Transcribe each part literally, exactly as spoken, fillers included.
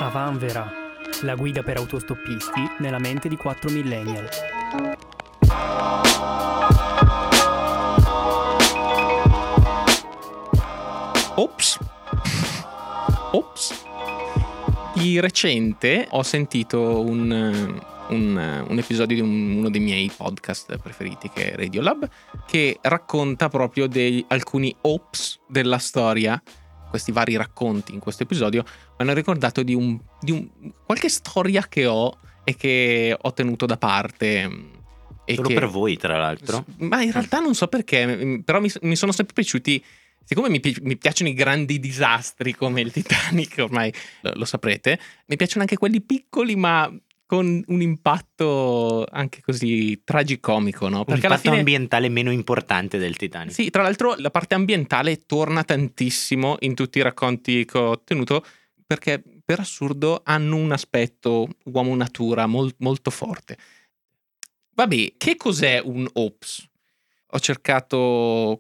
Avanvera, la guida per autostoppisti nella mente di quattro millennial. Ops. Ops. Di recente ho sentito un, un, un episodio di un, uno dei miei podcast preferiti, che è Radiolab, che racconta proprio di alcuni ops della storia. Questi vari racconti in questo episodio mi hanno ricordato di, un, di un, qualche storia che ho e che ho tenuto da parte. E Solo che, per voi, tra l'altro. Ma in realtà non so perché, però mi, mi sono sempre piaciuti. Siccome mi, pi- mi piacciono i grandi disastri come il Titanic, ormai lo, lo saprete, mi piacciono anche quelli piccoli ma con un impatto anche così tragicomico, no? Perché un impatto fine... ambientale meno importante del Titanic. Sì, tra l'altro la parte ambientale torna tantissimo in tutti i racconti che ho tenuto, perché per assurdo hanno un aspetto uomo-natura mol- molto forte. Vabbè, che cos'è un ops? Ho cercato,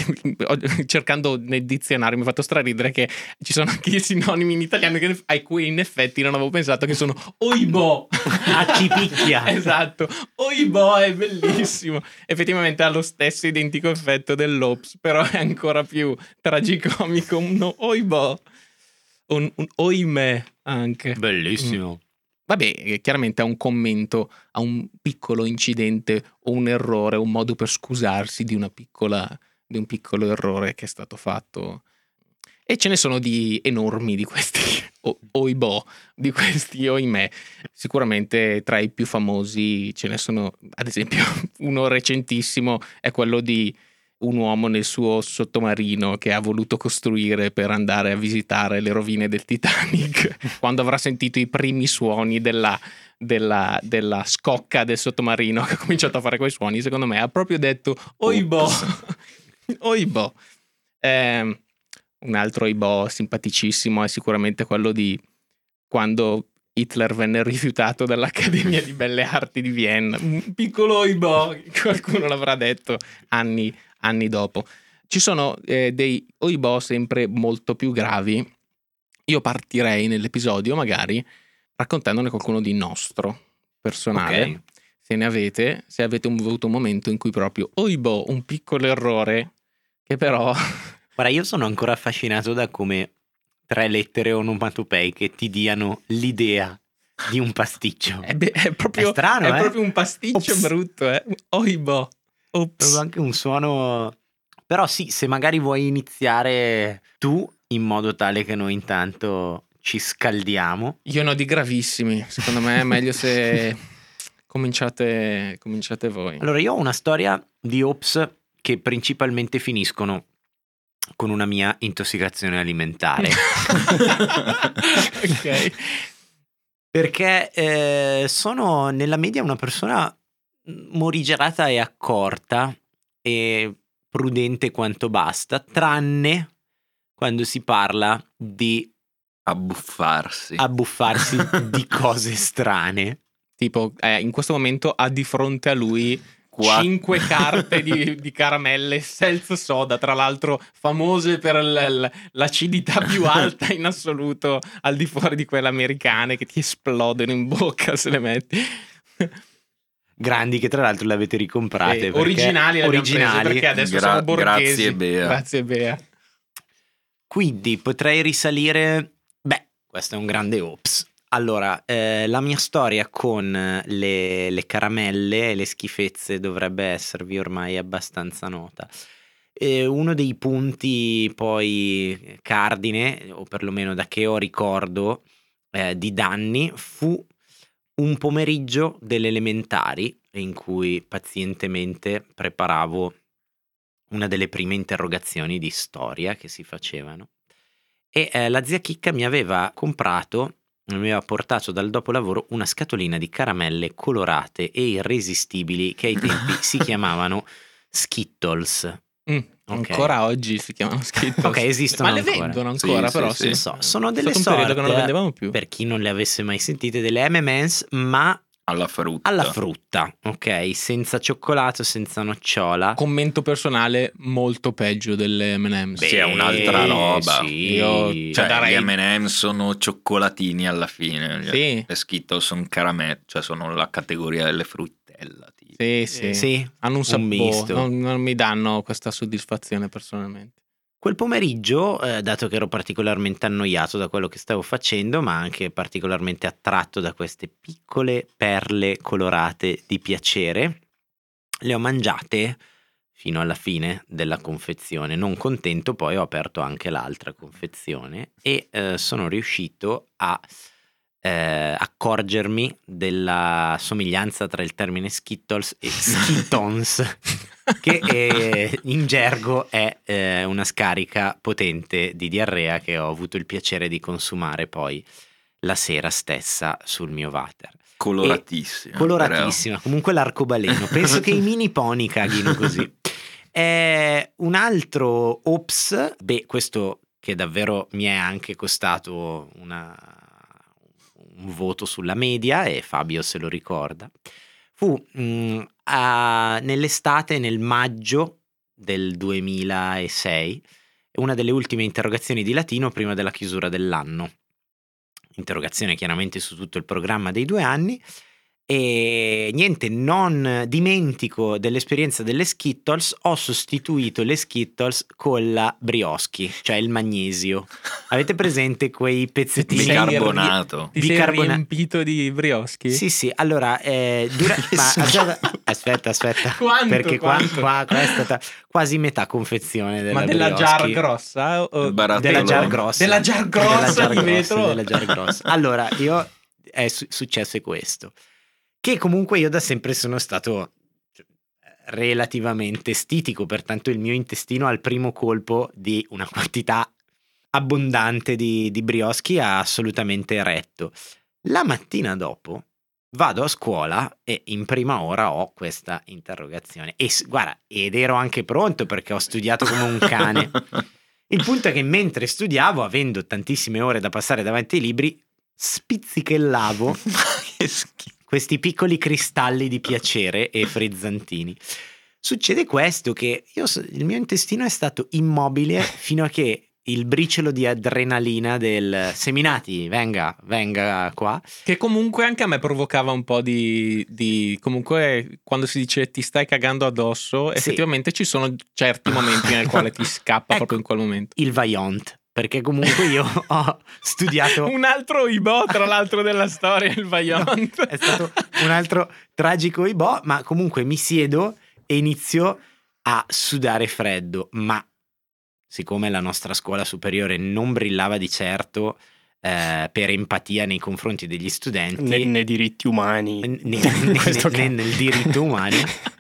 cercando nel dizionario, mi ha fatto straridere che ci sono anche i sinonimi in italiano che, ai cui in effetti non avevo pensato, che sono oibò. A cipicchia. Esatto, oibò è bellissimo. Effettivamente ha lo stesso identico effetto dell'ops, però è ancora più tragicomico. Un oibò, un, un oimè anche. Bellissimo. Mm. Vabbè, chiaramente è un commento a un piccolo incidente o un errore, un modo per scusarsi di una piccola, di un piccolo errore che è stato fatto. E ce ne sono di enormi di questi o, oibò, di questi oimè. Sicuramente tra i più famosi ce ne sono, ad esempio, uno recentissimo è quello di un uomo nel suo sottomarino che ha voluto costruire per andare a visitare le rovine del Titanic. Quando avrà sentito i primi suoni della, della, della scocca del sottomarino che ha cominciato a fare quei suoni, secondo me ha proprio detto oibò, oibò. Eh, un altro oibò simpaticissimo è sicuramente quello di quando Hitler venne rifiutato dall'Accademia di Belle Arti di Vienna. Un piccolo oibò, qualcuno l'avrà detto anni anni dopo. Ci sono eh, dei oibò sempre molto più gravi. Io partirei nell'episodio magari raccontandone qualcuno di nostro, personale. Okay. Se ne avete, se avete un, avuto un momento in cui proprio oibò, un piccolo errore che però... Guarda, io sono ancora affascinato da come tre lettere onomatopeiche ti diano l'idea di un pasticcio. È, be- è proprio, è strano, è eh? proprio un pasticcio Ops. brutto, eh? Oibò. Ops. Anche un suono. Però sì, se magari vuoi iniziare tu in modo tale che noi intanto ci scaldiamo. Io ne ho di gravissimi. Secondo me è meglio se cominciate, cominciate voi. Allora, io ho una storia di ops che principalmente finiscono con una mia intossicazione alimentare. Ok. Perché eh, sono nella media una persona morigerata e accorta e prudente quanto basta, tranne quando si parla di abbuffarsi abbuffarsi di cose strane. Tipo eh, in questo momento ha di fronte a lui Qua... cinque carte di, di caramelle senza soda, tra l'altro famose per l- l'acidità più alta in assoluto al di fuori di quelle americane che ti esplodono in bocca se le metti. Grandi, che tra l'altro le avete ricomprate. Sì, originali, originali perché adesso Gra- sono borghesi. Grazie Bea. Grazie Bea. Quindi potrei risalire. Beh, questo è un grande ops. Allora, eh, la mia storia con le, le caramelle e le schifezze dovrebbe esservi ormai abbastanza nota. E uno dei punti poi cardine, o perlomeno da che ho ricordo eh, di danni, fu un pomeriggio delle elementari in cui pazientemente preparavo una delle prime interrogazioni di storia che si facevano e eh, la zia Chicca mi aveva comprato, mi aveva portato dal dopolavoro una scatolina di caramelle colorate e irresistibili che ai tempi si chiamavano Skittles. Mm, okay. Ancora oggi si chiamano Skittles. Ok, esistono ma ancora. le vendono ancora, sì, però sì, sì. So, sono delle sorte, sorte, che non le vendevamo più. Per chi non le avesse mai sentite, delle emme and emm's, ma Alla frutta. alla frutta, ok? Senza cioccolato, senza nocciola. Commento personale, molto peggio delle M and M's. Sì, è un'altra roba. Sì. Io- Cioè, darei- gli M and M sono cioccolatini alla fine. Sì. Le Skittles sono caramelle, cioè sono la categoria delle fruttella. Tipo. Sì, sì. Sì, Hanno un sapore, misto. non, non mi danno questa soddisfazione personalmente. Quel pomeriggio, eh, dato che ero particolarmente annoiato da quello che stavo facendo, ma anche particolarmente attratto da queste piccole perle colorate di piacere, le ho mangiate fino alla fine della confezione. Non contento, poi ho aperto anche l'altra confezione e eh, sono riuscito a eh, accorgermi della somiglianza tra il termine Skittles e Skittons, che eh, in gergo è eh, una scarica potente di diarrea che ho avuto il piacere di consumare poi la sera stessa sul mio water. Coloratissima. Coloratissima, comunque l'arcobaleno. Penso che i mini pony caghino così. Eh, un altro ops, beh, questo che davvero mi è anche costato una, un voto sulla media, e Fabio se lo ricorda, fu mh, a, nell'estate, nel maggio del duemilasei, una delle ultime interrogazioni di latino prima della chiusura dell'anno. Interrogazione chiaramente su tutto il programma dei due anni. E niente, non dimentico dell'esperienza delle Skittles, ho sostituito le Skittles con la Brioschi, cioè il magnesio. Avete presente quei pezzettini? Sei Bicarbonato. Ti sei Bicarbona- riempito di brioschi? Sì, sì, allora, eh, dura- ma aspetta, aspetta, aspetta, Quanto, perché qua, quanto? qua, qua è stata quasi metà confezione della Ma della Brioschi. jar grossa? O... Barattolo. Della jar grossa. Della jar grossa Della jar di grossa, vetro? della jar grossa. Allora, io è su- successo è questo, che comunque io da sempre sono stato relativamente stitico, pertanto il mio intestino al primo colpo di una quantità abbondante di, di brioschi ha assolutamente retto. La mattina dopo vado a scuola e in prima ora ho questa interrogazione e s- guarda, ed ero anche pronto perché ho studiato come un cane. Il punto è che mentre studiavo, avendo tantissime ore da passare davanti ai libri, spizzicellavo Che schifo. questi piccoli cristalli di piacere e frizzantini. Succede questo, che io, so- il mio intestino è stato immobile fino a che il briciolo di adrenalina del Seminati, venga, venga qua. Che comunque anche a me provocava un po' di, di... Comunque quando si dice ti stai cagando addosso, Sì. effettivamente ci sono certi momenti nel quale ti scappa Ecco, proprio in quel momento. Il Vaillant, perché comunque io ho studiato... Un altro Ibo, tra l'altro, della storia, il Vaillant. È stato un altro tragico ibò, ma comunque mi siedo e inizio a sudare freddo, ma siccome la nostra scuola superiore non brillava di certo eh, per empatia nei confronti degli studenti, Nei, nei diritti umani. né, né- In questo né caso. nel diritto umano,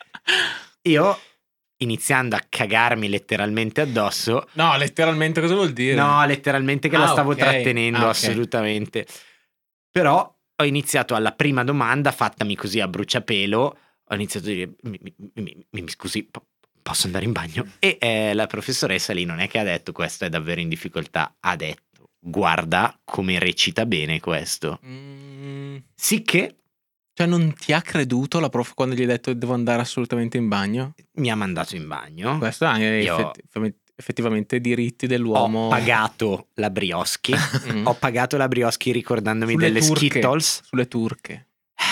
io iniziando a cagarmi letteralmente addosso, No, letteralmente cosa vuol dire? no, letteralmente che la Ah, stavo ok. trattenendo, Ah, ok. assolutamente. Però ho iniziato alla prima domanda fattami così a bruciapelo, ho iniziato a dire mi, mi- mi- mi- mi scusi, po- posso andare in bagno? E eh, la professoressa lì non è che ha detto questo è davvero in difficoltà, ha detto guarda come recita bene questo. Mm, Sicché cioè non ti ha creduto la prof quando gli hai detto devo andare assolutamente in bagno? mi ha mandato in bagno. Questo è Io- effettivamente, effettivamente diritti dell'uomo. Ho pagato la Brioschi, Mm. ho pagato la Brioschi ricordandomi Sulle delle turche. Skittles. Sulle turche.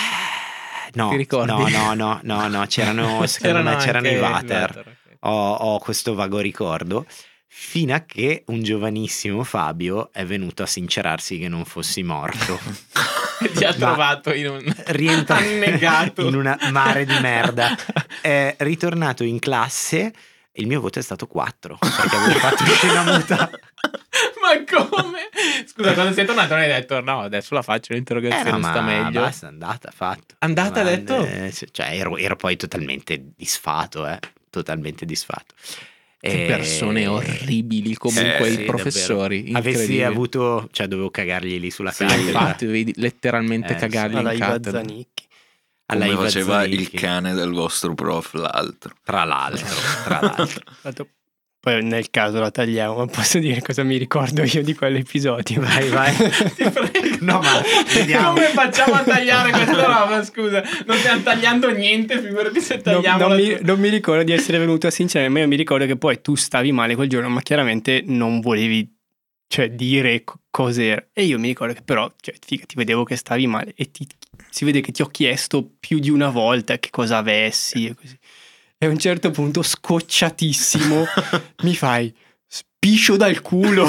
No, Ti ricordi? no, no, no, no, no, c'erano, secondo me c'erano anche i water. ok. Ho, ho questo vago ricordo, fino a che un giovanissimo Fabio è venuto a sincerarsi che non fossi morto. Ti ha Ma trovato in un rientra- annegato in una mare di merda. È ritornato in classe, il mio voto è stato quattro, perché avevo fatto scena muta. Ma come? Scusa, quando sei tornato non hai detto no, adesso la faccio Eh l'interrogazione, no, sta ma meglio. basta, è andata, fatto. Andata, Ma, detto? eh, cioè, ero, ero poi totalmente disfatto, eh, totalmente disfatto. Che E- persone orribili comunque Eh, i sì, professori. davvero. Avessi incredibili. avuto, cioè dovevo cagargli lì sulla Sì, cattedra. infatti dovevi letteralmente Eh, cagarli Alla in Iva cattedra. Zanicchi. alla Come Iva faceva il Zanicchi. cane del vostro prof l'altro. Tra l'altro, tra l'altro. Fatto- Poi nel caso la tagliamo, ma posso dire cosa mi ricordo io di quell'episodio? Vai, vai. Ti prego. No, ma vediamo. Come facciamo a tagliare questa roba? Scusa, non stiamo tagliando niente, figurati se Non, tagliamo non la mi, tua- non mi ricordo di essere venuto a sincero, ma io mi ricordo che poi tu stavi male quel giorno, ma chiaramente non volevi, cioè, dire co- cos'era. E io mi ricordo che però, cioè, figa, ti vedevo che stavi male e ti, si vede che ti ho chiesto più di una volta che cosa avessi e così. E a un certo punto, scocciatissimo, mi fai spiscio dal culo.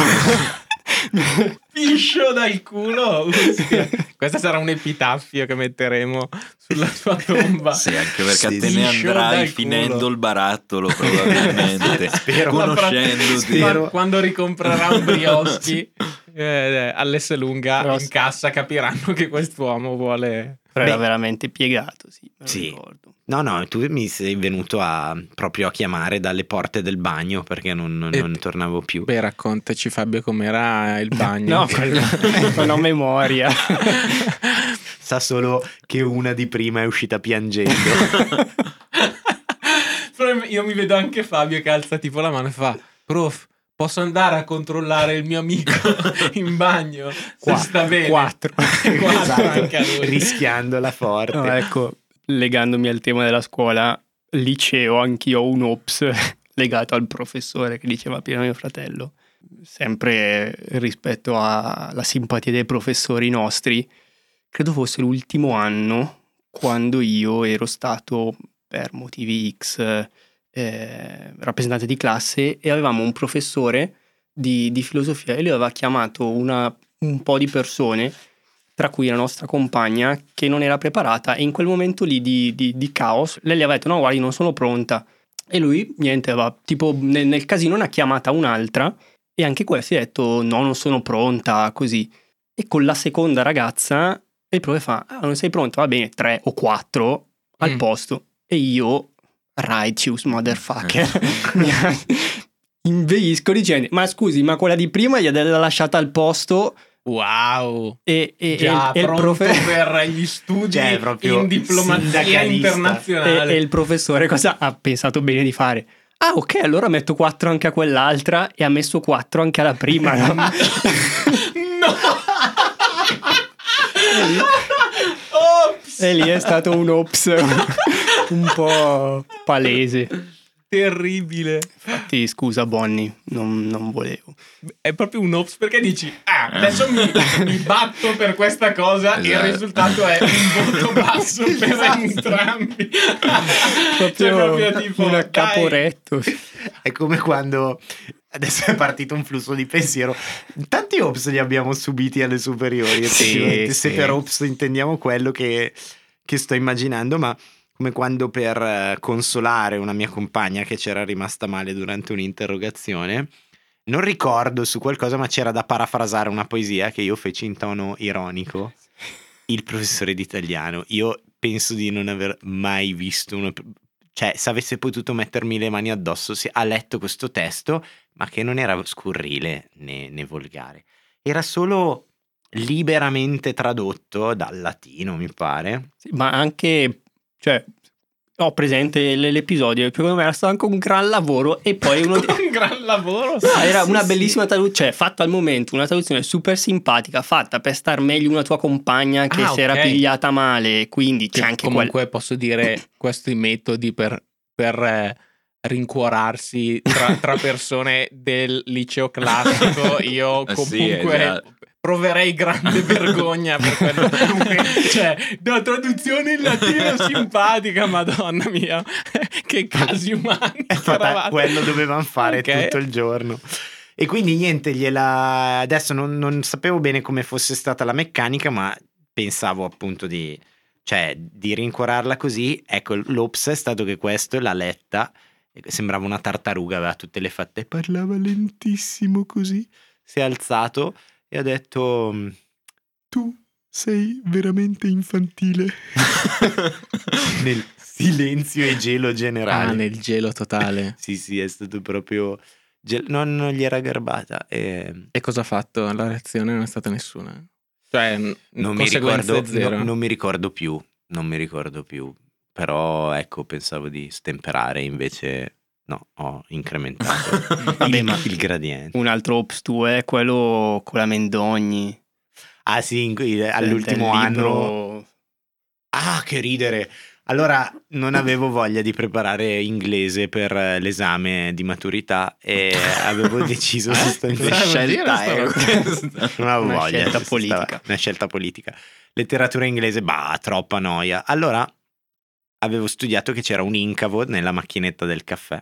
Piscio dal culo. Uschia. Questa sarà un epitaffio che metteremo sulla tua tomba. Sì, anche perché Sì, a te sì. ne Piscio andrai dal finendo culo. il barattolo probabilmente. Spero. Conoscendoti. Spero. Ma quando ricomprerà un Brioschi eh, all'Esselunga Però- in cassa capiranno che quest'uomo vuole. Però era Beh. veramente piegato, sì, me lo Sì. ricordo. No, no, tu mi sei venuto a proprio a chiamare dalle porte del bagno perché non, non- Eh, non tornavo più. Beh, raccontaci Fabio com'era il bagno. No, quello, non ho memoria. Sa solo che una di prima è uscita piangendo. Però io mi vedo anche Fabio che alza tipo la mano e fa: prof, posso andare a controllare il mio amico in bagno? Se Qua- sta bene. Quattro. Quattro Esatto, anche a lui. rischiandola forte. No, ecco, legandomi al tema della scuola, liceo, anch'io ho un ops legato al professore che diceva prima mio fratello. Sempre rispetto alla simpatia dei professori nostri, credo fosse l'ultimo anno quando io ero stato, per motivi X, eh, rappresentante di classe e avevamo un professore di, di filosofia e lui aveva chiamato una, un po' di persone, tra cui la nostra compagna, che non era preparata, e in quel momento lì di, di, di caos lei le aveva detto: no, guardi, non sono pronta. E lui, niente, aveva, tipo nel, nel casino ne ha chiamata un'altra e anche quella si è detto: no, non sono pronta, così. E con la seconda ragazza il prof fa: ah, non sei pronta? Va bene, tre o quattro al Mm. posto. E io, righteous motherfucker, mi inveisco dicendo: ma scusi, ma quella di prima gli ha lasciata al posto. Wow. E, e, Già, e, e il pronto profe- per gli studi Cioè, proprio in diplomazia sindacalista. e, internazionale. e il professore cosa ha pensato bene di fare? Ah, ok, allora metto quattro anche a quell'altra, e ha messo quattro anche alla prima. No? No! Ops! E lì è stato un ops un po' palese. Terribile. Infatti, scusa Bonnie, non, non volevo. È proprio un ops perché dici: ah, adesso mi, mi batto per questa cosa e il Esatto. risultato è un voto basso per Esatto. entrambi. Proprio, Cioè, proprio tipo, un dai. accaporetto. È come quando adesso è partito un flusso di pensiero. Tanti ops li abbiamo subiti alle superiori, effettivamente, se sì. per ops intendiamo quello che, che sto immaginando, ma come quando per eh, consolare una mia compagna che c'era rimasta male durante un'interrogazione, non ricordo su qualcosa, ma c'era da parafrasare una poesia che io feci in tono ironico. Il professore di italiano, io penso di non aver mai visto uno, cioè se avesse potuto mettermi le mani addosso, se ha letto questo testo, ma che non era scurrile né, né volgare, era solo liberamente tradotto dal latino, mi pare. Sì, ma anche, cioè, ho presente l- l'episodio, secondo me era stato anche un gran lavoro, e poi uno di- Un gran lavoro. No, era Sì, una sì. bellissima traduzione, cioè fatta al momento, una traduzione super simpatica, fatta per star meglio una tua compagna che Ah, si era ok. pigliata male, quindi c'è Che anche comunque posso dire questi metodi per, per eh, rincuorarsi tra, tra persone del liceo classico, io Eh sì, comunque esatto. proverei grande vergogna per quello. Cioè, la traduzione in latino simpatica, madonna mia, che casi umani È che fatta- eravate. quello dovevano fare Ok. tutto il giorno. E quindi niente, gliela adesso non, non sapevo bene come fosse stata la meccanica, ma pensavo appunto di, cioè, di rincuorarla così. Ecco, l'ops è stato che questo l'ha letta, sembrava una tartaruga, aveva tutte le fatte, parlava lentissimo così, si è alzato e ha detto: tu sei veramente infantile. Nel silenzio e gelo generale. Ah, nel gelo totale. Sì, sì, è stato proprio gel- non, non gli era garbata. E E cosa ha fatto? La reazione non è stata nessuna. Cioè, n- non mi conseguenze ricordo, zero. no- non mi ricordo più, non mi ricordo più. Però ecco, pensavo di stemperare, invece No, ho incrementato Vabbè, il, ma il gradiente. un altro ops tuo è quello con la Mendogni. Ah sì, in cui- Cioè, all'ultimo del anno... libro- Ah, che ridere! Allora, non avevo voglia di preparare inglese per l'esame di maturità e avevo deciso Eh? sostanzialmente... Cosa vuol dire scelta sta è roba? questa? Non avevo Una voglia, scelta stava- politica. una scelta politica. Letteratura inglese, bah, troppa noia. Allora, avevo studiato che c'era un incavo nella macchinetta del caffè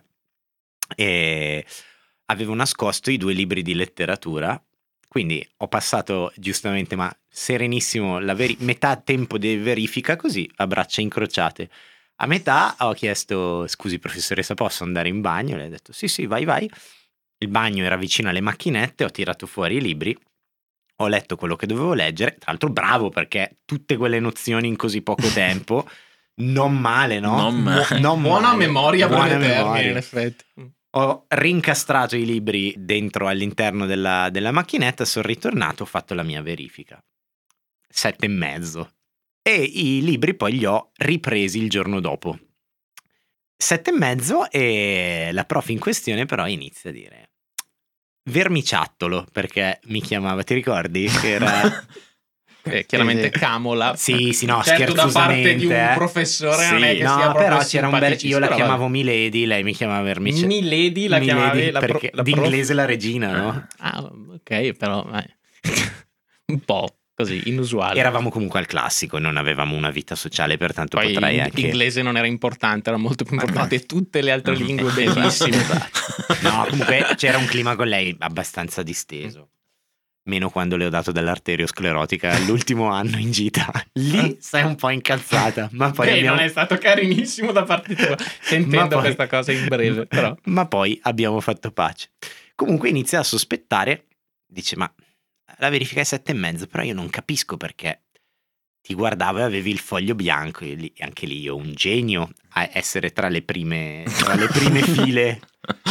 e avevo nascosto i due libri di letteratura. Quindi ho passato giustamente, ma serenissimo, la veri- metà tempo di verifica così, a braccia incrociate. A metà ho chiesto, scusi professoressa, posso andare in bagno? Lei ha detto sì sì, vai vai. Il bagno era vicino alle macchinette, ho tirato fuori i libri, ho letto quello che dovevo leggere, tra l'altro bravo perché tutte quelle nozioni in così poco tempo, non male, no? Non male. Non Buona male. memoria a Buona breve termine, memoria. in effetti. Ho rincastrato i libri dentro all'interno della, della macchinetta, sono ritornato, ho fatto la mia verifica. Sette e mezzo. E i libri poi li ho ripresi il giorno dopo. Sette e mezzo e la prof in questione però inizia a dire vermiciattolo, perché mi chiamava, ti ricordi? Che era... Eh, chiaramente Eh, Camola. Sì, sì, no, certo, da parte di un scherzosamente, eh. professore non Sì, è che no, sia proprio però c'era un bel... simpaticissimo, Io la però chiamavo vabbè. Milady, lei mi chiamava vermice. Milady la Milady, chiamavi la pro- perché la d'inglese prof- la regina, no? Ah, ok, però eh. un po' così, inusuale. Eravamo comunque al classico, non avevamo una vita sociale, pertanto Poi potrei in- anche... inglese non era importante, era molto più Ma importante tutte le altre lingue Esatto, bellissime. esatto. No, comunque c'era un clima con lei abbastanza disteso. Meno quando le ho dato dell'arteriosclerotica l'ultimo anno in gita. Lì sei un po' incazzata. Ma poi Beh, abbiamo... non è stato carinissimo da parte tua, sentendo Ma poi- questa cosa in breve, però. Ma poi abbiamo fatto pace. Comunque inizia a sospettare, dice ma la verifica è sette e mezzo, però io non capisco perché ti guardavo e avevi il foglio bianco e lì- anche lì io un genio a essere tra le prime, tra le prime file.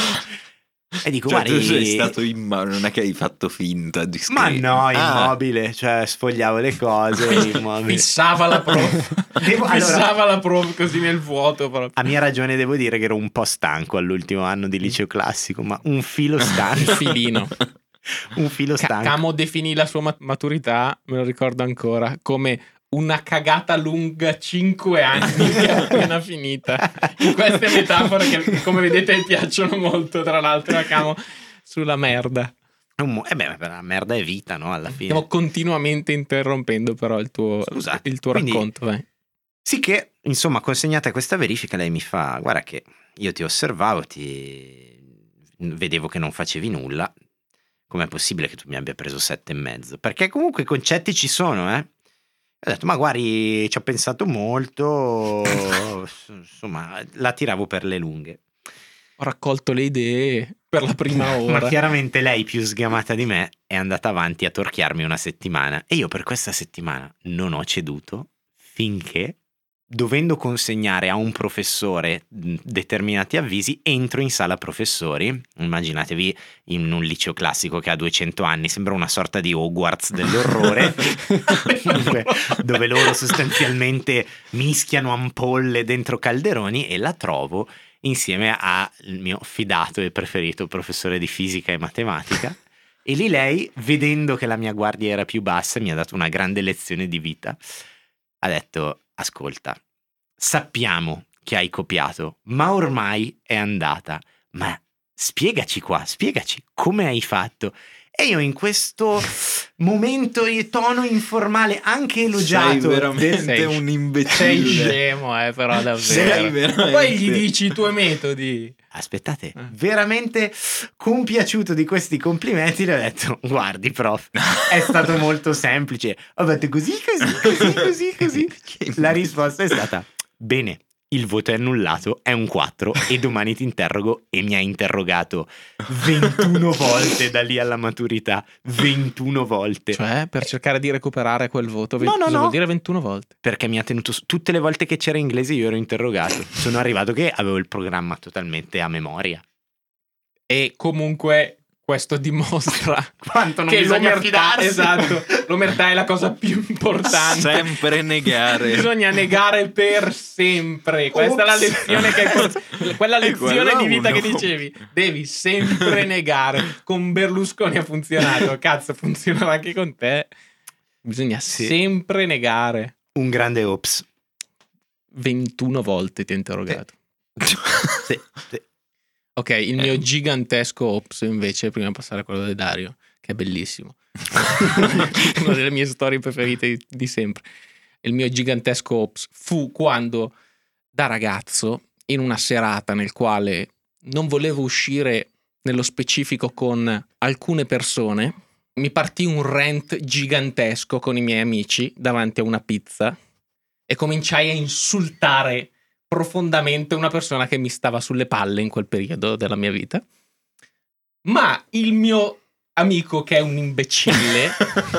E dico Cioè, guarda, tu sei stato immobile, non è che hai fatto finta di ma scrivere. no, Ah. immobile, cioè sfogliavo le cose, immobile. Fissava la prof. Devo- allora- Fissava la prof così nel vuoto proprio. A mia ragione devo dire che ero un po' stanco all'ultimo anno di liceo classico, ma un filo stanco. Un filino. Un filo Ca- stanco. Camo definì la sua mat- maturità, me lo ricordo ancora, come una cagata lunga cinque anni che è appena finita. In queste metafore che come vedete piacciono molto, tra l'altro a Camo, sulla merda. Un mo- eh beh, la merda è vita, no? Alla fine. Stiamo continuamente interrompendo però il tuo, Scusate, il tuo quindi- racconto. Vai. Sì che, insomma, consegnata questa verifica, lei mi fa, guarda che io ti osservavo, ti vedevo che non facevi nulla, com'è possibile che tu mi abbia preso sette e mezzo? Perché comunque i concetti ci sono, eh? Ho detto, ma guardi, ci ho pensato molto, insomma, la tiravo per le lunghe. Ho raccolto le idee per la prima ora. Ma chiaramente lei, più sgamata di me, è andata avanti a torchiarmi una settimana e io per questa settimana non ho ceduto finché, dovendo consegnare a un professore mh, determinati avvisi, entro in sala professori. Immaginatevi in un liceo classico che ha duecento anni, sembra una sorta di Hogwarts dell'orrore. Comunque, dove loro sostanzialmente mischiano ampolle dentro calderoni, e la trovo insieme al mio fidato e preferito professore di fisica e matematica. E lì lei, vedendo che la mia guardia era più bassa, mi ha dato una grande lezione di vita. Ha detto, ascolta, sappiamo che hai copiato, ma ormai è andata. Ma spiegaci qua, spiegaci come hai fatto. E io in questo momento e tono informale, anche elogiato, Sei veramente Sei- un Sei imbecille. scemo, eh, però davvero. Sei veramente- Poi gli dici i tuoi metodi. aspettate, Eh. veramente compiaciuto di questi complimenti, le ho detto, guardi prof, è stato molto semplice, ho fatto così, così, così, così, così. La risposta è stata, bene, il voto è annullato, è un quattro e domani ti interrogo. E mi ha interrogato ventuno volte da lì alla maturità, ventuno volte. Cioè, per cercare di recuperare quel voto, No, no, cosa no. vuol dire ventuno volte? Perché mi ha tenuto su- tutte le volte che c'era inglese io ero interrogato. Sono arrivato che avevo il programma totalmente a memoria. E comunque questo dimostra Quanto non che bisogna l'omertà, fidarsi. esatto, l'omertà è la cosa più importante. Sempre negare. Bisogna negare per sempre. Questa Ops. è la lezione che hai, quella E lezione quello di vita uno. che dicevi. Devi sempre negare. Con Berlusconi ha funzionato, cazzo, funzionerà anche con te. Bisogna Sì. sempre negare. Un grande ops. ventuno volte ti ho interrogato. Sì, sì. Ok, il mio gigantesco ops invece, prima di passare a quello di Dario, che è bellissimo. Una delle mie storie preferite di, di sempre. Il mio gigantesco ops fu quando, da ragazzo, in una serata nel quale non volevo uscire nello specifico con alcune persone, mi partì un rant gigantesco con i miei amici davanti a una pizza e cominciai a insultare profondamente una persona che mi stava sulle palle in quel periodo della mia vita. Ma il mio amico, che è un imbecille,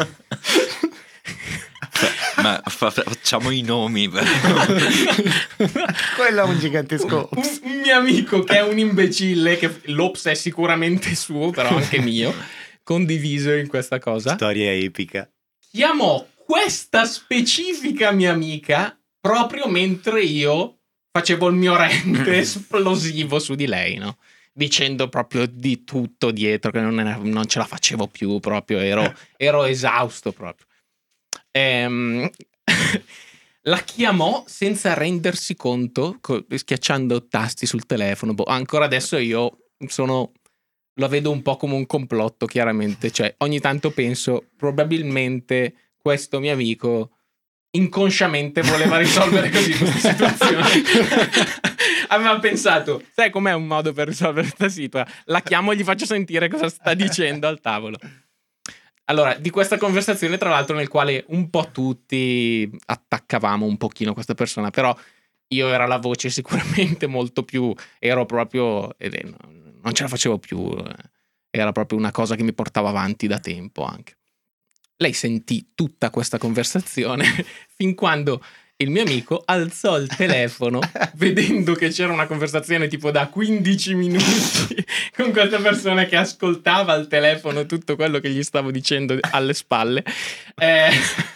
Ma fa- facciamo i nomi. però. Quello è un gigantesco un, ops. un mio amico che è un imbecille, che l'ops è sicuramente suo, però anche mio, condiviso in questa cosa, Storia epica. chiamò questa specifica mia amica proprio mentre io facevo il mio rant esplosivo su di lei, no? Dicendo proprio di tutto dietro, che non, era- non ce la facevo più proprio, ero, ero esausto proprio. Ehm, la chiamò senza rendersi conto, co- schiacciando tasti sul telefono. Boh, ancora adesso io sono... lo vedo un po' come un complotto, chiaramente. Cioè, ogni tanto penso, probabilmente questo mio amico inconsciamente voleva risolvere così questa situazione. Aveva pensato, sai com'è un modo per risolvere questa situazione? La chiamo e gli faccio sentire cosa sta dicendo al tavolo. Allora, di questa conversazione, tra l'altro, nel quale un po' tutti attaccavamo un pochino questa persona, però io era la voce sicuramente molto più, ero proprio, eh, non ce la facevo più, era proprio una cosa che mi portava avanti da tempo anche. Lei sentì tutta questa conversazione fin quando il mio amico alzò il telefono vedendo che c'era una conversazione tipo da quindici minuti con questa persona che ascoltava al telefono tutto quello che gli stavo dicendo alle spalle. Eh,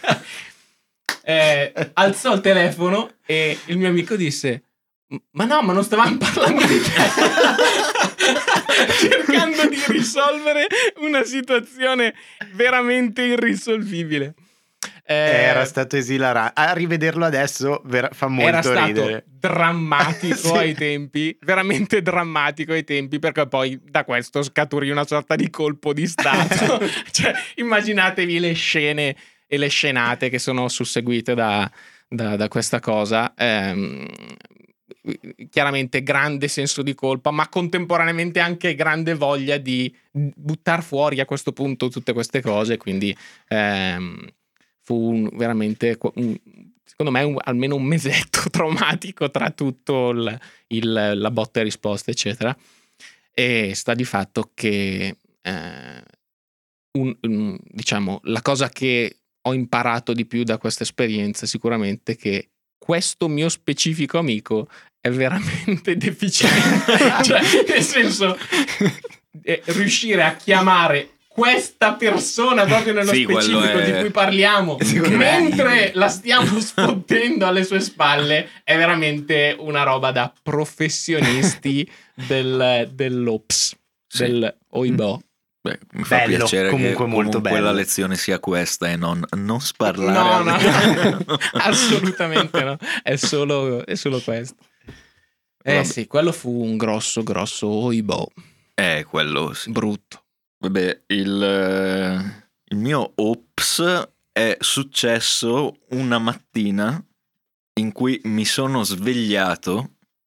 eh, alzò il telefono e il mio amico disse: ma no, ma non stavamo parlando di te. Cercando di risolvere una situazione veramente irrisolvibile. Eh, Era stato esilarante. A rivederlo adesso ver- fa molto era stato ridere. drammatico Sì. ai tempi, veramente drammatico ai tempi, perché poi da questo scaturì una sorta di colpo di stato. Cioè, immaginatevi le scene e le scenate che sono susseguite da, da, da questa cosa. Ehm, chiaramente grande senso di colpa, ma contemporaneamente anche grande voglia di buttar fuori a questo punto tutte queste cose, quindi ehm, fu un, veramente un, secondo me un, almeno un mesetto traumatico tra tutto il, il, la botta e risposta eccetera. E sta di fatto che eh, un, un, diciamo la cosa che ho imparato di più da questa esperienza sicuramente è che questo mio specifico amico è veramente deficiente. Cioè, nel senso, eh, riuscire a chiamare questa persona proprio nello Sì, specifico quello è- di cui parliamo Secondo me- mentre la stiamo sfottendo alle sue spalle è veramente una roba da professionisti del, dell'ops, Sì. del oibò. Beh, mi fa Bello, piacere comunque che molto comunque bello. la lezione sia questa e non, non sparlare. No, alle- no, assolutamente no, è solo, è solo questo. Eh Vabbè. sì, quello fu un grosso, grosso oibò, Eh, quello sì. brutto. Vabbè, il, eh, il mio ops è successo una mattina in cui mi sono svegliato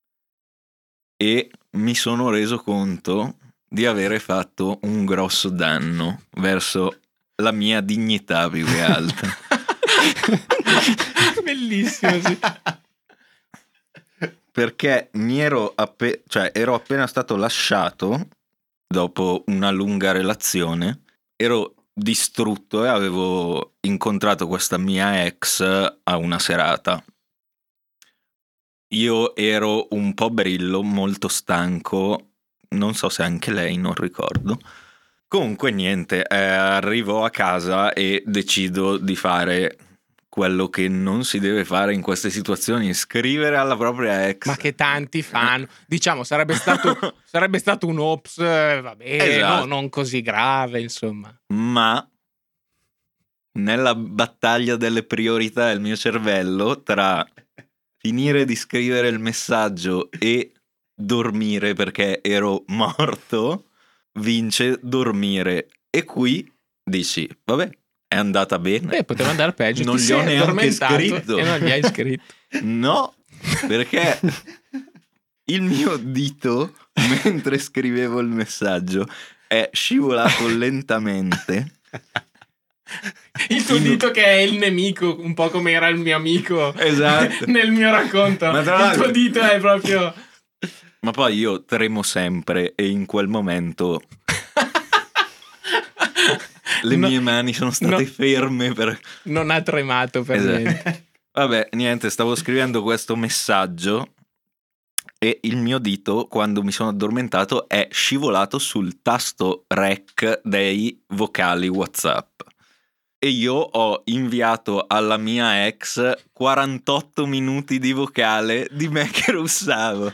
e mi sono reso conto di avere fatto un grosso danno verso la mia dignità più che altro. Bellissimo, sì. Perché mi ero, appe- cioè, ero appena stato lasciato dopo una lunga relazione, ero distrutto e avevo incontrato questa mia ex a una serata. Io ero un po' brillo, molto stanco, non so se anche lei, non ricordo. Comunque niente, eh, arrivo a casa e decido di fare quello che non si deve fare in queste situazioni, scrivere alla propria ex. Ma che tanti fanno. Diciamo, sarebbe stato, sarebbe stato un ops, eh, vabbè, Esatto. no, non così grave, insomma. Ma nella battaglia delle priorità del mio cervello, tra finire di scrivere il messaggio e dormire perché ero morto, vince dormire. E qui dici, vabbè, è andata bene. Beh, poteva andare peggio. Non Ti gli ho sei neanche addormentato scritto. E non gli hai scritto. No, perché il mio dito, mentre scrivevo il messaggio, è scivolato lentamente. Il tuo dito che è il nemico, un po' come era il mio amico. Esatto. Nel mio racconto. Ma tra Il l'altro- tuo dito è proprio... Ma poi io tremo sempre e in quel momento le No, mie mani sono state no. ferme per... Non ha tremato per Esatto. niente. Vabbè, niente, stavo scrivendo questo messaggio e il mio dito, quando mi sono addormentato, è scivolato sul tasto rec dei vocali WhatsApp. E io ho inviato alla mia ex quarantotto minuti di vocale di me che russavo.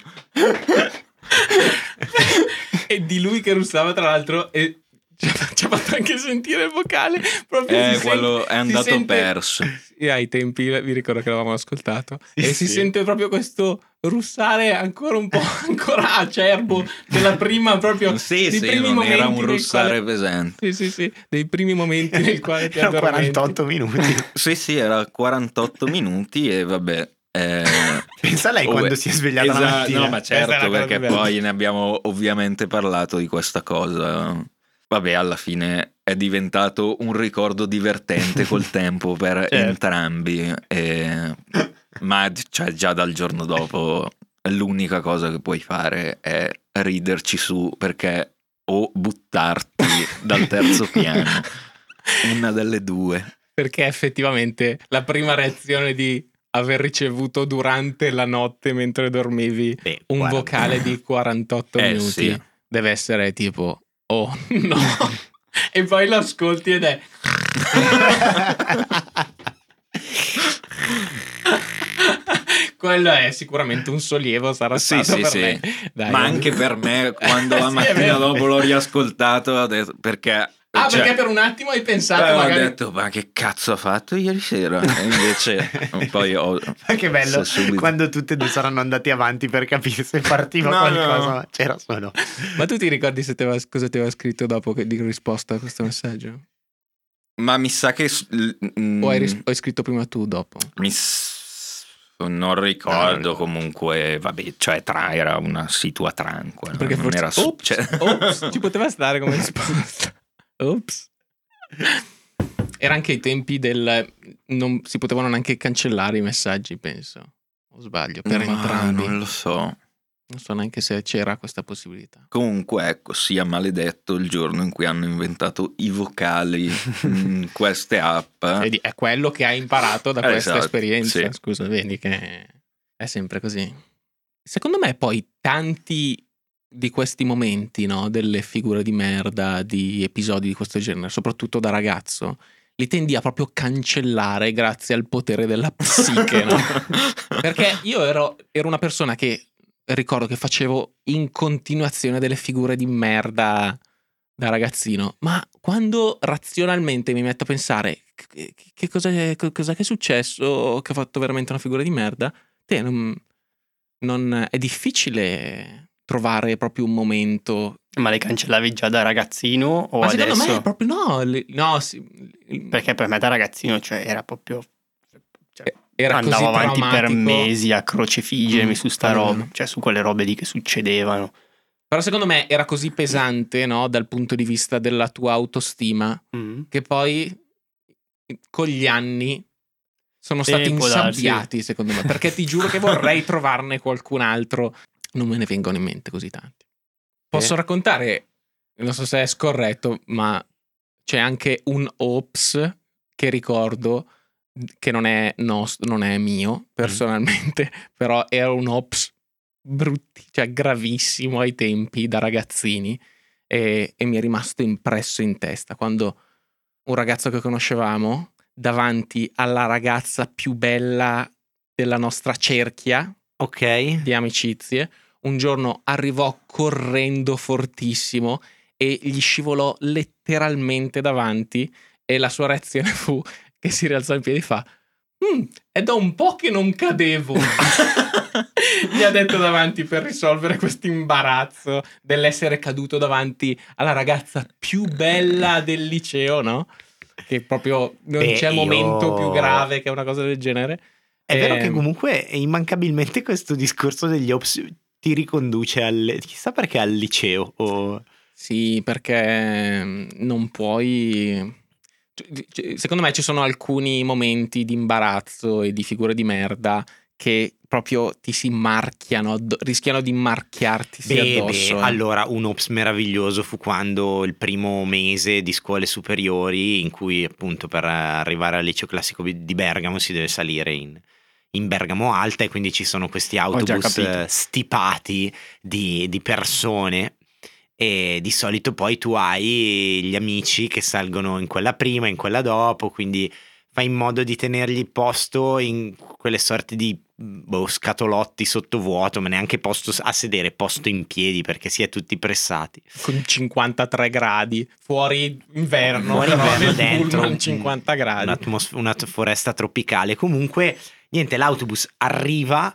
E di lui che russava, tra l'altro, e ci ha fatto anche sentire il vocale. Proprio Eh, si quello sente- è andato si sente- perso. E ai tempi vi ricordo che l'avevamo ascoltato. Sì, e si sì. sente proprio questo russare ancora un po' ancora acerbo della prima proprio Sì, dei sì, primi non momenti era un nel russare quale- pesante. Sì, sì, sì, dei primi momenti nel quale ti Erano addormenti. quarantotto minuti. Sì, sì, era quarantotto minuti e vabbè. eh, Pensa a lei oh, quando beh, si è svegliata la esatto, mattina. No, ma Questa è certo, la cosa perché bella. poi ne abbiamo ovviamente parlato di questa cosa. Vabbè, alla fine è diventato un ricordo divertente col tempo per Certo. entrambi. e- Ma cioè, già dal giorno dopo l'unica cosa che puoi fare è riderci su, perché o buttarti dal terzo piano, una delle due. Perché effettivamente la prima reazione di aver ricevuto durante la notte mentre dormivi Beh, un guarda. vocale di quarantotto Eh, minuti sì. deve essere tipo oh no. E poi lo ascolti ed è quello è sicuramente un sollievo, sarà Sì, stato sì, per sì. lei. Dai, Ma non- anche per me, quando la Sì, è mattina vero. dopo l'ho riascoltato, ho detto, perché... Ah, cioè, perché per un attimo hai pensato eh, ho magari detto, ma che cazzo ha fatto ieri sera? E invece poi ho... Ma che bello se subito- quando tutte e due saranno andati avanti per capire se partiva No, qualcosa, no. ma c'era solo. Ma tu ti ricordi se te aveva- cosa ti aveva scritto dopo che, di risposta a questo messaggio? Ma mi sa che... s- l- mm, O hai, ris- o hai scritto prima tu dopo? mi s- non ricordo, comunque, vabbè, cioè tra, era una situa tranquilla. Perché non forse era su- ops, cioè- ops, ci poteva stare come risposta. Ops. Era anche i tempi del non si potevano neanche cancellare i messaggi, penso. O sbaglio, per Ma entrambi. non lo so. Non so neanche se c'era questa possibilità. Comunque, ecco, sia maledetto il giorno in cui hanno inventato i vocali in queste app. Vedi, è quello che hai imparato da Eh, questa esatto, esperienza. sì. Scusa, vedi che è sempre così. Secondo me poi tanti di questi momenti, no, delle figure di merda, di episodi di questo genere, soprattutto da ragazzo, li tendi a proprio cancellare grazie al potere della psiche, no? Perché io ero, ero una persona che ricordo che facevo in continuazione delle figure di merda da ragazzino, ma quando razionalmente mi metto a pensare che, che cosa, che cosa che è successo, che ho fatto veramente una figura di merda, te non, non è difficile trovare proprio un momento. Ma le cancellavi già da ragazzino o Ma adesso? secondo me è proprio no, le- no sì, Perché per me da ragazzino, cioè, era proprio... cioè, era andavo così avanti per traumatico. mesi a crocefiggermi Mm, su sta allora. roba, cioè su quelle robe lì che succedevano. Però secondo me era così pesante, no, dal punto di vista della tua autostima, Mm. che poi con gli anni sono Sì, stati può darsi. insabbiati, secondo me, perché ti giuro che vorrei trovarne qualcun altro. Non me ne vengono in mente così tanti. Posso Eh. raccontare, non so se è scorretto, ma c'è anche un ops che ricordo che non è nostro, non è mio personalmente, però era un ops brutti, cioè gravissimo ai tempi da ragazzini. e, e mi è rimasto impresso in testa quando un ragazzo che conoscevamo davanti alla ragazza più bella della nostra cerchia Ok. di amicizie un giorno arrivò correndo fortissimo e gli scivolò letteralmente davanti e la sua reazione fu che si rialzò in piedi e fa "Mm, è da un po' che non cadevo". Gli ha detto davanti per risolvere questo imbarazzo dell'essere caduto davanti alla ragazza più bella del liceo, no? Che proprio non Beh, c'è io- momento più grave che una cosa del genere. È vero che Ehm, comunque immancabilmente questo discorso degli ops ti riconduce al chissà perché al liceo o Sì, perché mm, non puoi. cioè, cioè, Secondo me ci sono alcuni momenti di imbarazzo e di figure di merda che proprio ti si marchiano, addo- rischiano di marchiartisi Beh, addosso. beh, eh. allora un ops meraviglioso fu quando il primo mese di scuole superiori in cui appunto per arrivare al liceo classico di Bergamo si deve salire in, in Bergamo Alta e quindi ci sono questi già autobus capito. eh, stipati di, di persone e di solito poi tu hai gli amici che salgono in quella prima, in quella dopo, quindi fai in modo di tenergli posto in quelle sorte di boh, scatolotti sottovuoto, ma neanche posto a sedere, posto in piedi perché si è tutti pressati. Con cinquantatré gradi, fuori inverno, Fuori però inverno, nel dentro pullman un- cinquanta gradi. un'atmos- una foresta tropicale. Comunque, niente, l'autobus arriva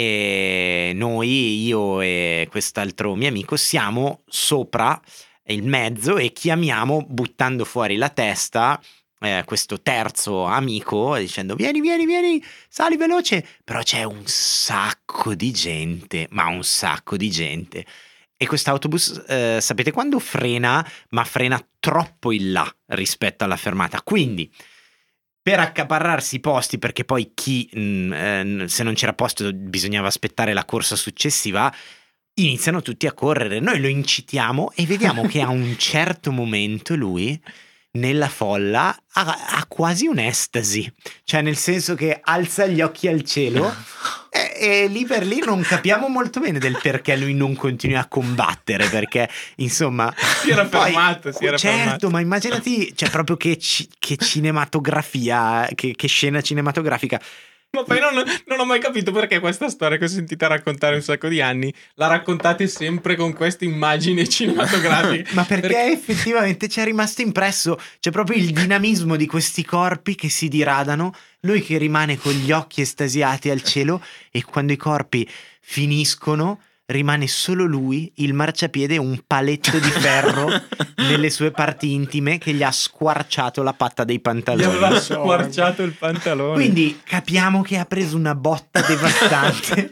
e noi, io e quest'altro mio amico, siamo sopra il mezzo e chiamiamo buttando fuori la testa eh, questo terzo amico dicendo vieni, vieni, vieni, sali veloce. Però c'è un sacco di gente, ma un sacco di gente. E quest'autobus, eh, sapete quando frena, ma frena troppo in là rispetto alla fermata. Quindi, per accaparrarsi i posti, perché poi chi, mh, eh, se non c'era posto, bisognava aspettare la corsa successiva, iniziano tutti a correre. Noi lo incitiamo e vediamo che a un certo momento lui, nella folla, ha, ha quasi un'estasi. Cioè, nel senso che alza gli occhi al cielo. E, e lì per lì non capiamo molto bene del perché lui non continua a combattere, perché insomma Si era poi- fermato, si era certo, fermato. ma immaginati, cioè proprio che, ci- che cinematografia, che, che scena cinematografica. Ma poi non, non ho mai capito perché questa storia che ho sentito raccontare un sacco di anni la raccontate sempre con queste immagini cinematografiche. Ma perché, effettivamente ci è rimasto impresso, c'è proprio il dinamismo di questi corpi che si diradano, lui che rimane con gli occhi estasiati al cielo e quando i corpi finiscono rimane solo lui, il marciapiede e un paletto di ferro nelle sue parti intime che gli ha squarciato la patta dei Gli pantaloni. aveva squarciato il pantalone. Quindi capiamo che ha preso una botta devastante.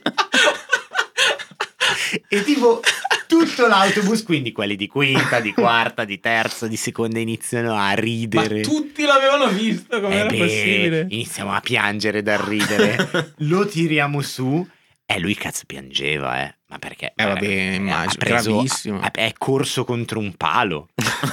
E tipo tutto l'autobus, quindi quelli di quinta, di quarta, di terza, di seconda iniziano a Ma ridere. tutti l'avevano visto, come Eh era beh, possibile? iniziamo a piangere dal ridere. Lo tiriamo su e lui cazzo piangeva, eh. Ma perché? Eh, vabbè, Eh, immagino, ha preso, gravissimo. ha- è corso contro un palo.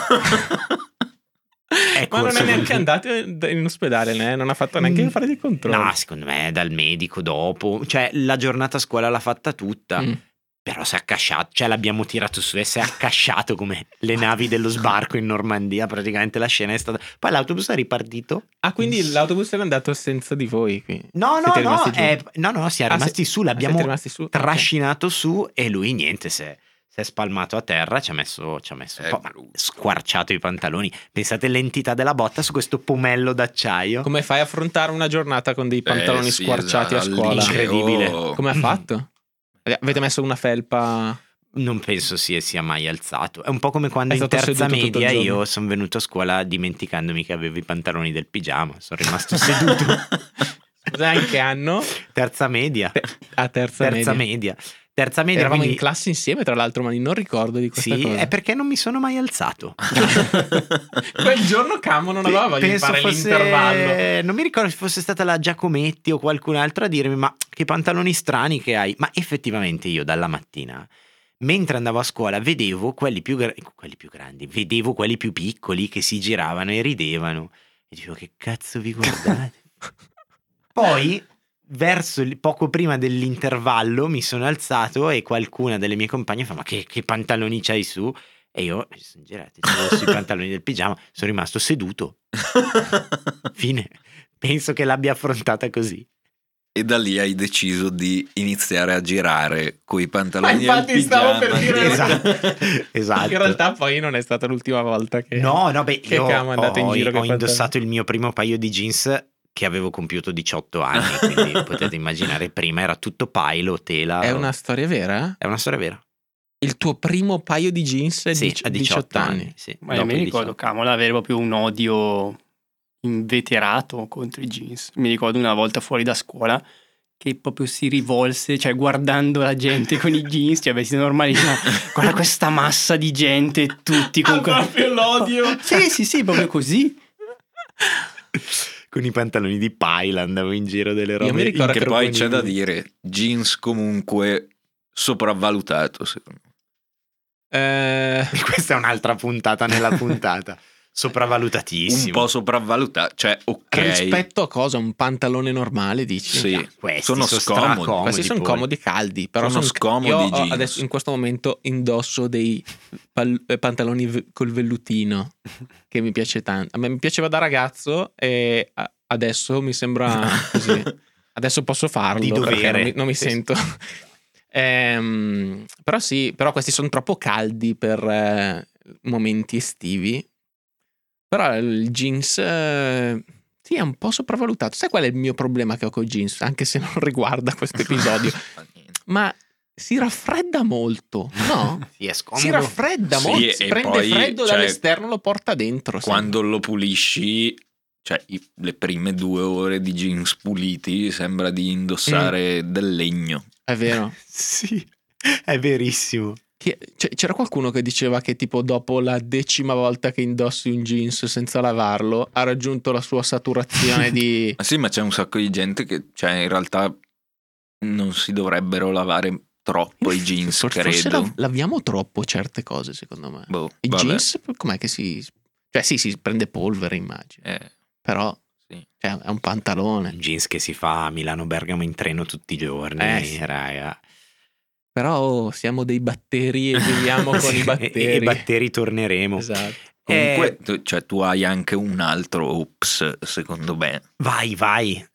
È Ma non corso è neanche contro- andato in ospedale, né? Non ha fatto neanche Mm, fare dei controlli. No, secondo me dal medico dopo. Cioè, la giornata a scuola l'ha fatta tutta. Mm. Però si è accasciato, cioè l'abbiamo tirato su e si è accasciato come le navi dello sbarco in Normandia. Praticamente la scena è stata. Poi l'autobus è ripartito. Ah, quindi l'autobus era andato senza di voi qui? No, no, Siete no, rimasti giù? eh, no, no, si è Ah, rimasti se- su, ah, l'abbiamo siete rimasti su? Ok. trascinato su e lui niente, si è, si è spalmato a terra, ci ha messo, ci ha messo un È po', ma brutto. squarciato i pantaloni. Pensate l'entità della botta su questo pomello d'acciaio. Come fai a affrontare una giornata con dei pantaloni Eh, sì, squarciati esatto, a scuola? al liceo. Incredibile. Come ha fatto? Avete messo una felpa? Non penso si sia mai alzato. È un po' come quando È in stato terza seduto tutto il media giorno. io sono venuto a scuola dimenticandomi che avevo i pantaloni del pigiama. Sono rimasto seduto. Scusa, in che anno? Terza media. A terza, Terza media. media. Terza media. Eravamo quindi- in classe insieme, tra l'altro, ma non ricordo di questa Sì, cosa. è perché non mi sono mai alzato. Quel giorno Camo non aveva voglia di Penso fare fosse- l'intervallo. Non mi ricordo se fosse stata la Giacometti o qualcun altro a dirmi ma che pantaloni strani che hai. Ma effettivamente io dalla mattina, mentre andavo a scuola, vedevo quelli più, gra- quelli più grandi, vedevo quelli più piccoli che si giravano e ridevano. E dicevo che cazzo vi guardate? Poi, verso il, poco prima dell'intervallo, mi sono alzato e qualcuna delle mie compagne fa ma che, che pantaloni c'hai su? E io mi sono girato, avevo sui pantaloni del pigiama, sono rimasto seduto. Fine. Penso che l'abbia affrontata così. E da lì hai deciso di iniziare a girare coi pantaloni Ma del infatti stavo pigiama. per dire- Esatto. Esatto. In realtà poi non è stata l'ultima volta che No, no, beh, che io Cam è andato in ho, giro ho coi indossato il mio primo paio di jeans che avevo compiuto diciotto anni, quindi potete immaginare, prima era tutto pailo, tela. È una storia vera? È una storia vera. Il tuo primo paio di jeans Sì, di a diciotto anni. Sì, Ma io dopo mi i ricordo, diciotto. Camola, avere proprio un odio inveterato contro i jeans. Mi ricordo una volta fuori da scuola che proprio si rivolse, cioè guardando la gente con i jeans, cioè vestiti normali, diceva, guarda questa massa di gente, tutti con... Ah, proprio l'odio. Sì, sì, sì, proprio così. Con i pantaloni di paila andavo in giro delle robe. mi ricordo Che poi c'è da improponibili. dire, jeans comunque sopravvalutato secondo me. Eh, Questa è un'altra puntata nella puntata. Sopravvalutatissimo. Un po' sopravvalutato, cioè ok. rispetto a cosa? Un pantalone normale, dici? Sì, Questi sono sono scomodi. stracomodi, Questi sono poi. comodi caldi, però Sono sono scomodi Io i ho- jeans. adesso in questo momento indosso dei pal- eh, pantaloni v- col vellutino che mi piace tanto. A me mi piaceva da ragazzo e a- adesso mi sembra così. Adesso posso farlo Di dovere. perché non mi, non mi Sì, sì. sento. Ehm, però sì, però questi sono troppo caldi per eh, momenti estivi. Però il jeans eh, sì, è un po' sopravvalutato. Sai qual è il mio problema che ho con i jeans? Anche se non riguarda questo episodio. Ma si raffredda molto, no? Sì, è scomodo. Si raffredda Sì, molto, si e prende poi, freddo cioè, dall'esterno, lo porta dentro. Quando lo pulisci, cioè i- le prime due ore di jeans puliti, sembra di indossare Mm. del legno. È vero. Sì, è verissimo. Chi- c- C'era qualcuno che diceva che tipo dopo la decima volta che indossi un jeans senza lavarlo ha raggiunto la sua saturazione di... Ma sì, ma c'è un sacco di gente che, cioè, in realtà non si dovrebbero lavare troppo i jeans, Forse credo. lav- laviamo troppo certe cose, secondo me. Boh, I vabbè. jeans, com'è che si... Cioè sì, si prende polvere, immagino. Eh, Però sì. cioè, è un pantalone. Un jeans che si fa a Milano-Bergamo in treno tutti i giorni, Eh, sì. raga. Però oh, siamo dei batteri e viviamo con Sì, i batteri. E, e batteri torneremo. Esatto. Comunque, Eh, tu, cioè, tu hai anche un altro ops, secondo me. vai, vai.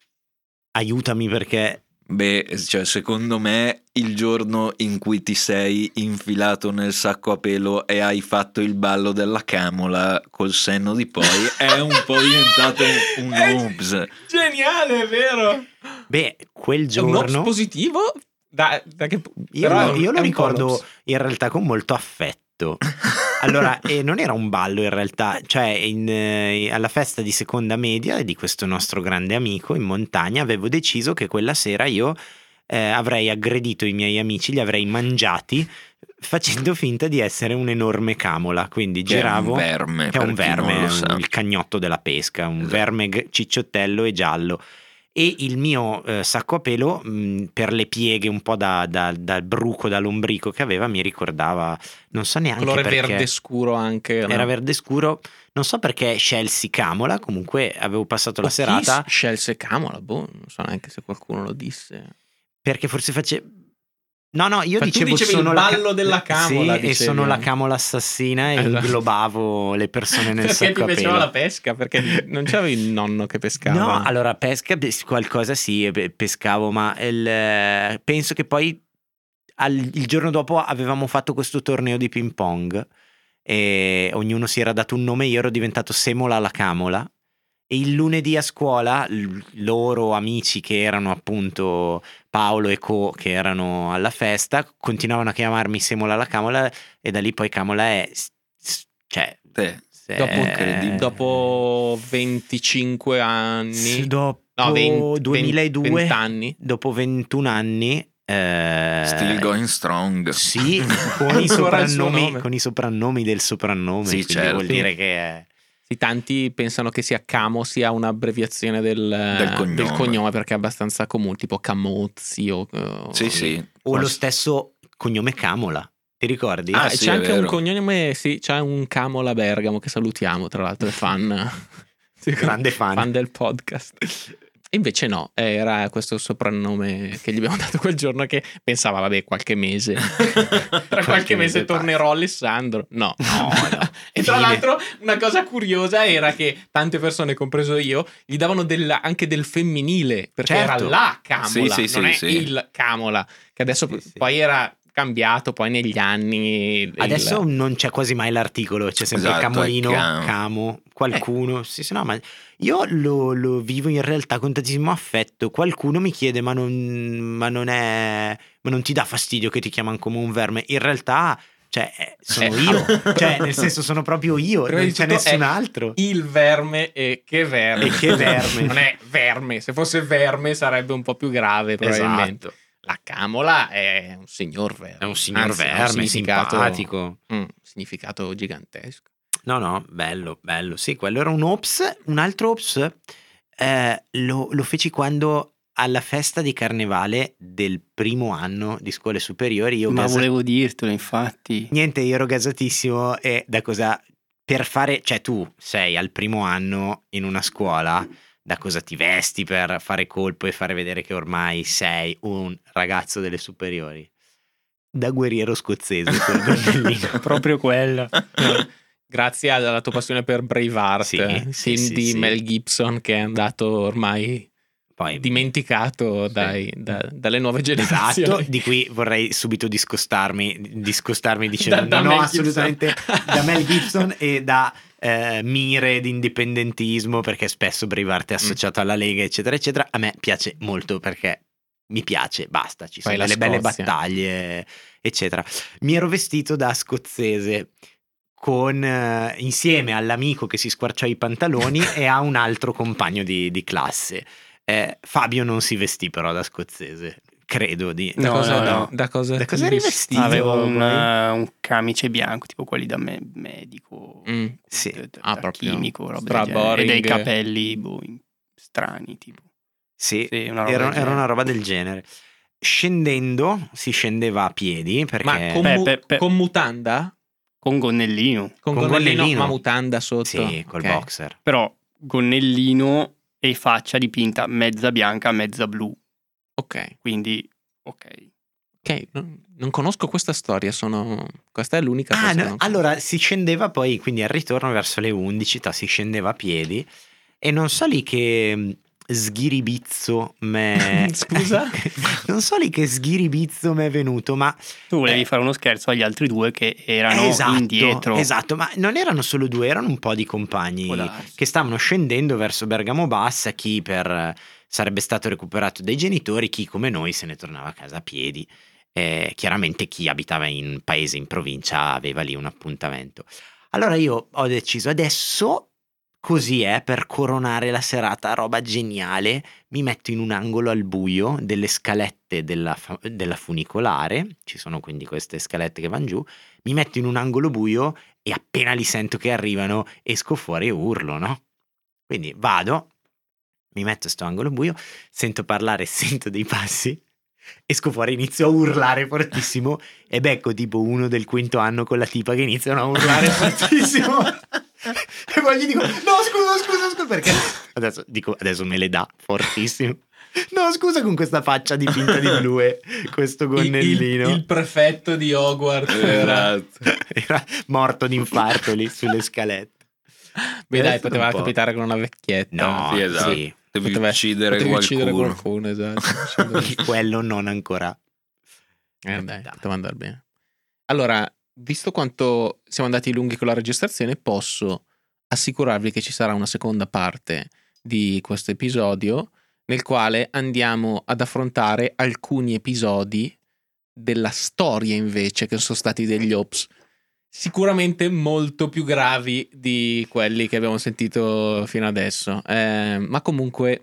Aiutami perché... Beh, cioè, secondo me il giorno in cui ti sei infilato nel sacco a pelo e hai fatto il ballo della camola col senno di poi è un po' diventato un ops. Geniale, è vero. Beh, quel È un ops giorno... positivo? Da, da che... Io, però lo, è un- io lo è un ricordo po' l'ops. in realtà con molto affetto. Allora, eh, non era un ballo in realtà, cioè in, eh, alla festa di seconda media di questo nostro grande amico in montagna avevo deciso che quella sera io eh, avrei aggredito i miei amici, li avrei mangiati facendo finta di essere un'enorme camola, quindi Che è un giravo... verme, che è un per chi non verme, lo un- sa. il cagnotto della pesca, un Esatto. verme g- cicciottello e giallo. E il mio eh, sacco a pelo, mh, per le pieghe un po' da, da- dal bruco, da lombrico che aveva, mi ricordava, non so neanche Colore perché, verde scuro anche. no? era verde scuro, non so perché scelsi camola, comunque avevo passato O la chi serata scelse camola, boh, non so neanche se qualcuno lo disse. perché forse face... No, no, io Ma tu dicevo dicevi il sono la ca- ballo della camola, sì, e dicevi sono la anche. camola assassina e Esatto. inglobavo le persone nel Perché sacco ti a piaceva pelo. la pesca? Perché non c'avevi il nonno che pescava? No, allora pesca, pes- qualcosa sì, eh, pe- pescavo, ma il, eh, penso che poi al- il giorno dopo avevamo fatto questo torneo di ping pong e ognuno si era dato un nome, io ero diventato Semola la Camola e il lunedì a scuola l- loro amici che erano appunto Paolo e Co che erano alla festa continuavano a chiamarmi Semola la Camola e da lì poi Camola è s- s- cioè Te. se- Dopo, incredibile. dopo venticinque anni, Sì, dopo no, venti, duemiladue, venti anni, dopo ventuno anni, eh, Still going strong. sì, con i, Ancora il suo soprannomi, nome. con i soprannomi del soprannome, Sì, quindi certo. vuol dire che è... sì, tanti pensano che sia Camo sia un'abbreviazione del, cognome. cognome perché è abbastanza comune, tipo Camozzi o, o- Sì, sì. o Ma lo s- stesso cognome Camola, ti ricordi? Ah, Ah, e sì, c'è è anche un vero. cognome, sì, c'è un Camola Bergamo che salutiamo, tra l'altro è fan, sì, Grande fan. fan del podcast. E invece no, era questo soprannome che gli abbiamo dato quel giorno, che pensava, vabbè, qualche mese. Tra qualche mese tornerò Alessandro. No, no, no. E tra Fine. l'altro una cosa curiosa era che tante persone, compreso io, gli davano del- anche del femminile, perché Certo. era la Camola, Sì, sì, non sì, è sì. il Camola, che adesso Sì, sì. poi era cambiato, poi negli anni... il- Adesso non c'è quasi mai l'articolo, c'è sempre Esatto, Camolino, è Camo. Camo, qualcuno. Sì, sì, no, ma io lo, lo vivo in realtà con tantissimo affetto. Qualcuno mi chiede, ma non, ma non è, ma non ti dà fastidio che ti chiamano come un verme? In realtà, cioè, eh, sono Eh, io, ah. cioè, nel senso, sono proprio io, Prima non di c'è tutto nessun è altro. il verme e che verme. E che verme. Non è verme, se fosse verme sarebbe un po' più grave probabilmente. Esatto. La Camola è un signor verme. È un signor Anzi, ha un verme, significato- simpatico. mm, significato gigantesco. No, no, bello, bello. Sì, quello era un ops. Un altro ops eh, lo, lo feci quando alla festa di carnevale del primo anno di scuole superiori io Ma gasa- volevo dirtelo, infatti. niente, io ero gasatissimo e da cosa per fare, cioè tu sei al primo anno in una scuola, da cosa ti vesti per fare colpo e fare vedere che ormai sei un ragazzo delle superiori? Da guerriero scozzese col gonnellino. Proprio quella. Grazie alla tua passione per Braveheart, Sì, film sì, sì, di sì. Mel Gibson, che è andato ormai Poi dimenticato Sì. dai- da- dalle nuove Esatto, generazioni. di cui vorrei subito discostarmi, discostarmi dicendo Da- da non ho Mel assolutamente Gibson. da Mel Gibson e da eh, mire di indipendentismo, perché spesso Braveheart è associato alla Lega, eccetera, eccetera. A me piace molto perché mi piace, basta, ci sono Poi la delle belle Scozia. battaglie, eccetera. Mi ero vestito da scozzese con eh, insieme all'amico che si squarciò i pantaloni e a un altro compagno di, di classe. Eh, Fabio non si vestì però da scozzese, credo di... Da No, cosa, no, da, no. da cosa Da ti cosa eri vesti- vestito? Avevo poi? una- un camice bianco, tipo quelli da me- medico, Mm, sì. da, da- Ah, da proprio chimico, roba stra del genere. E dei boring. capelli boh, in- strani, tipo. Sì, Sì, una roba era, del era genere. una roba del genere. Scendendo, si scendeva a piedi perché... Ma con, Pe- mu- pe- pe- con mutanda? Con gonnellino. Con, Con gonnellino, gonnellino. ma mutanda sotto? Sì, col Ok. boxer. Però gonnellino e faccia dipinta mezza bianca, mezza blu. Ok, Quindi, ok. ok, non, non conosco questa storia, sono... questa è l'unica Ah, cosa che no, non conosco. allora si scendeva poi, quindi al ritorno verso le undici, ta, si scendeva a piedi e non so lì che mh, sghiribizzo me... Scusa? non so lì che sghiribizzo mi è venuto, ma... Tu volevi Eh, fare uno scherzo agli altri due che erano esatto, indietro. esatto, ma non erano solo due, erano un po' di compagni Può darsi. che stavano scendendo verso Bergamo Bassa, chi per eh, sarebbe stato recuperato dai genitori, chi come noi se ne tornava a casa a piedi. Eh, chiaramente chi abitava in paese, in provincia, aveva lì un appuntamento. Allora io ho deciso adesso, così è, per coronare la serata, roba geniale, mi metto in un angolo al buio delle scalette della, fa- della funicolare, ci sono quindi queste scalette che vanno giù, mi metto in un angolo buio e appena li sento che arrivano esco fuori e urlo, no? Quindi vado, mi metto in sto angolo buio, sento parlare, sento dei passi, esco fuori, inizio a urlare fortissimo e becco tipo uno del quinto anno con la tipa che iniziano a urlare fortissimo. E poi gli dico, no scusa, scusa, scusa, perché adesso dico, adesso me le dà fortissimo. No, scusa, con questa faccia dipinta di blu e questo Il, gonnellino. il- il prefetto di Hogwarts era... Esatto. Era morto d'infarto lì sulle scalette. Beh Deve dai, essere poteva un po'. capitare con una vecchietta. No, Sì, esatto. sì, Devi Poteva- uccidere potevi qualcuno. uccidere qualcuno, esatto. Uccidere- quello non ancora. Eh dai, poteva andare bene. Allora, visto quanto siamo andati lunghi con la registrazione, posso assicurarvi che ci sarà una seconda parte di questo episodio nel quale andiamo ad affrontare alcuni episodi della storia invece che sono stati degli Ops, sicuramente molto più gravi di quelli che abbiamo sentito fino adesso, eh, ma comunque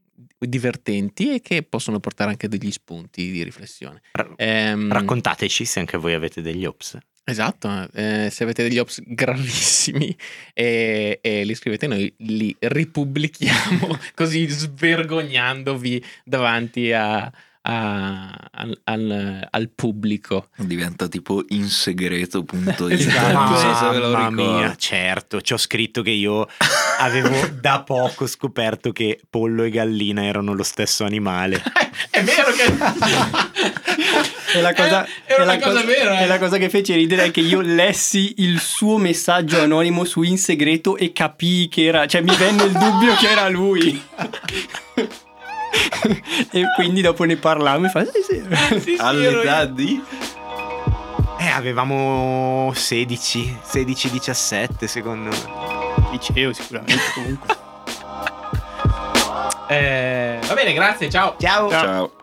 divertenti e che possono portare anche degli spunti di riflessione. Ra- Ehm, Raccontateci se anche voi avete degli ops. Esatto, eh, se avete degli ops gravissimi e, e li scrivete, noi li ripubblichiamo così svergognandovi davanti a, a- al, al- al pubblico. Diventa tipo in segreto punto it. Esatto. Non so se ve lo Mamma ricordo. mia, certo, ci ho scritto che io avevo da poco scoperto che pollo e gallina erano lo stesso animale. È vero che E la cosa, È- era e la una cosa vera, eh. e la cosa che fece ridere è che io lessi il suo messaggio anonimo su In Segreto e capii che era, cioè mi venne il dubbio che era lui. E quindi dopo ne parlammo e fa sì sì. Sì, sì, ero All'età io. di Eh, avevamo sedici, sedici diciassette secondo me. Liceo sicuramente comunque. Eh, va bene, grazie, ciao. Ciao. ciao.